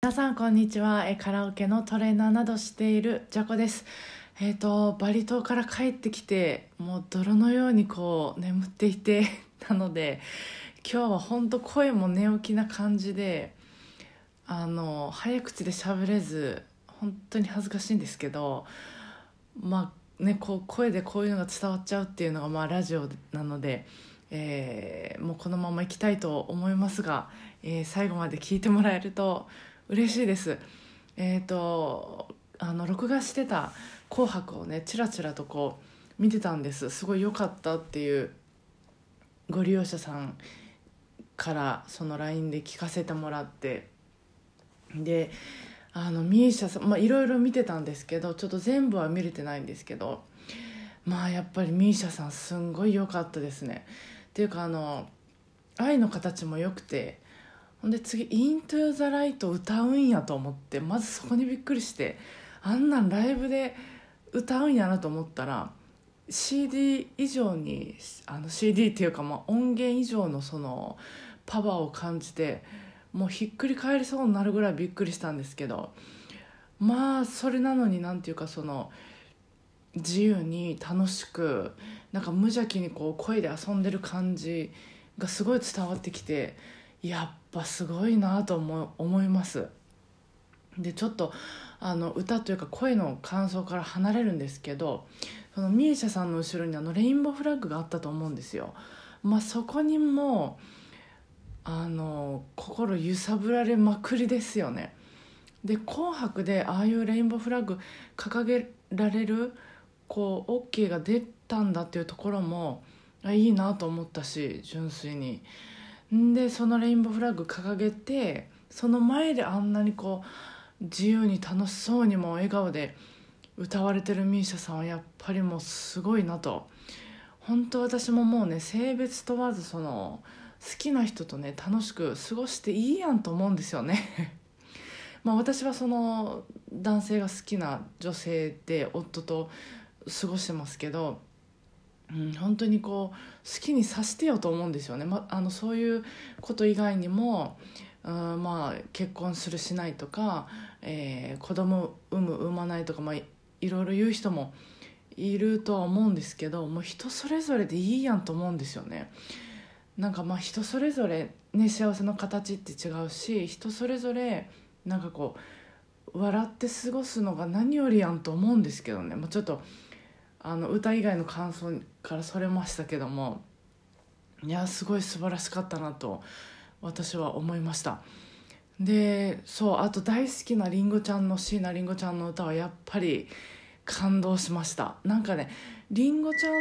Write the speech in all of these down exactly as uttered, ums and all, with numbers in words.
皆さんこんにちは。えカラオケのトレーナーなどしているジャコです。えっ、とバリ島から帰ってきてもう泥のようにこう眠っていてなので今日は本当声も寝起きな感じであの早口で喋れず本当に恥ずかしいんですけど、まあねこう声でこういうのが伝わっちゃうっていうのがまあラジオなので、えーもうこのまま行きたいと思いますが、えー最後まで聞いてもらえると嬉しいです。えっ、とあの録画してた紅白をねチラチラとこう見てたんです。すごい良かったっていうご利用者さんからその ライン で聞かせてもらって、であのミーシャさん、まあいろいろ見てたんですけどちょっと全部は見れてないんですけど、まあやっぱりミーシャさんすんごい良かったですね。っていうかあの愛の形も良くて、ほんで次イントゥザライト歌うんやと思って、まずそこにびっくりして、あんなんライブで歌うんやなと思ったら シーディー 以上にあの シーディー っていうか、まあ音源以上のそのパワーを感じて、もうひっくり返りそうになるぐらいびっくりしたんですけど、まあそれなのになんていうかその自由に楽しくなんか無邪気にこう声で遊んでる感じがすごい伝わってきて、やっぱすごいなと思思います。でちょっとあの歌というか声の感想から離れるんですけど、そのミーシャさんの後ろにあのレインボーフラッグがあったと思うんですよ。まあそこにもあの心揺さぶられまくりですよね。で紅白でああいうレインボーフラッグ掲げられるこう OK が出たんだっていうところもあいいなと思ったし、純粋に。でそのレインボーフラッグ掲げてその前であんなにこう自由に楽しそうにも笑顔で歌われてるミーシャさんはやっぱりもうすごいなと。本当私ももうね性別問わずその好きな人とね楽しく過ごしていいやんと思うんですよねまあ私はその男性が好きな女性で夫と過ごしてますけど、うん、本当にこう好きにさせてよと思うんですよね。ま、あのそういうこと以外にも、うん、まあ結婚するしないとか、えー、子供産む産まないとか、まあ、い, いろいろ言う人もいるとは思うんですけど、もう人それぞれでいいやんと思うんですよね。なんかまあ人それぞれ、ね、幸せの形って違うし、人それぞれなんかこう笑って過ごすのが何よりやんと思うんですけどね。もうちょっとあの歌以外の感想からそれましたけども、いやすごい素晴らしかったなと私は思いました。でそうあと大好きなりんごちゃんの椎名林檎ちゃんの歌はやっぱり感動しました。なんかねりんごちゃん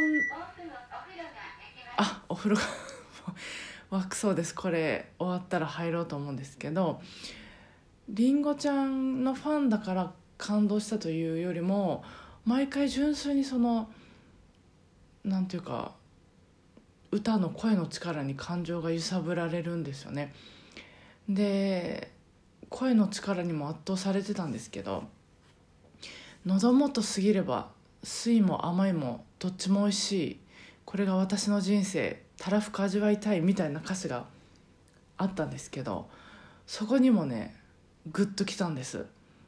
あお風呂が沸くそうです。これ終わったら入ろうと思うんですけど、りんごちゃんのファンだから感動したというよりも毎回純粋にそのなんていうか歌の声の力に感情が揺さぶられるんですよね。で声の力にも圧倒されてたんですけど、喉元過ぎれば酸いも甘いもどっちも美味しい、これが私の人生たらふく味わいたいみたいな歌詞があったんですけど、そこにもねグッときたんです。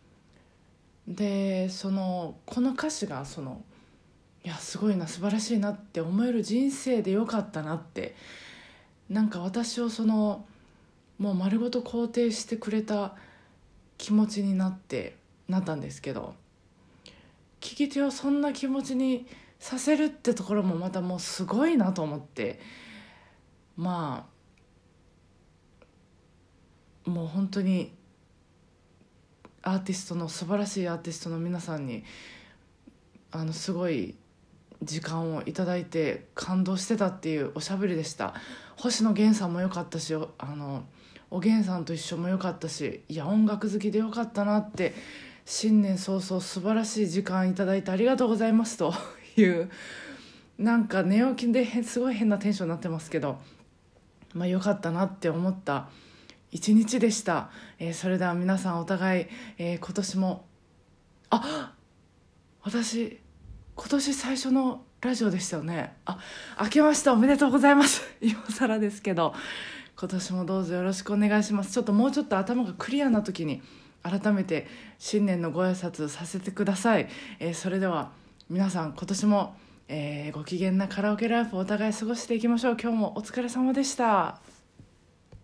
でそのこの歌詞がそのいやすごいな素晴らしいなって思える人生でよかったなって、なんか私をそのもう丸ごと肯定してくれた気持ちになってなったんですけど、聞き手をそんな気持ちにさせるってところもまたもうすごいなと思って、まあもう本当にアーティストの素晴らしいアーティストの皆さんにあのすごい時間をいただいて感動してたっていうおしゃべりでした。星野源さんも良かったし、あのおげんさんと一緒も良かったし、いや音楽好きで良かったなって、新年早々素晴らしい時間いただいてありがとうございますという、なんか寝起きですごい変なテンションになってますけど、まあ良かったなって思った一日でした。えー、それでは皆さんお互い、えー、今年もあ私今年最初のラジオでしたよね。あ、明けましておめでとうございます今更ですけど今年もどうぞよろしくお願いします。ちょっともうちょっと頭がクリアな時に改めて新年のご挨拶させてください。えー、それでは皆さん今年も、えー、ご機嫌なカラオケライフをお互い過ごしていきましょう。今日もお疲れ様でした。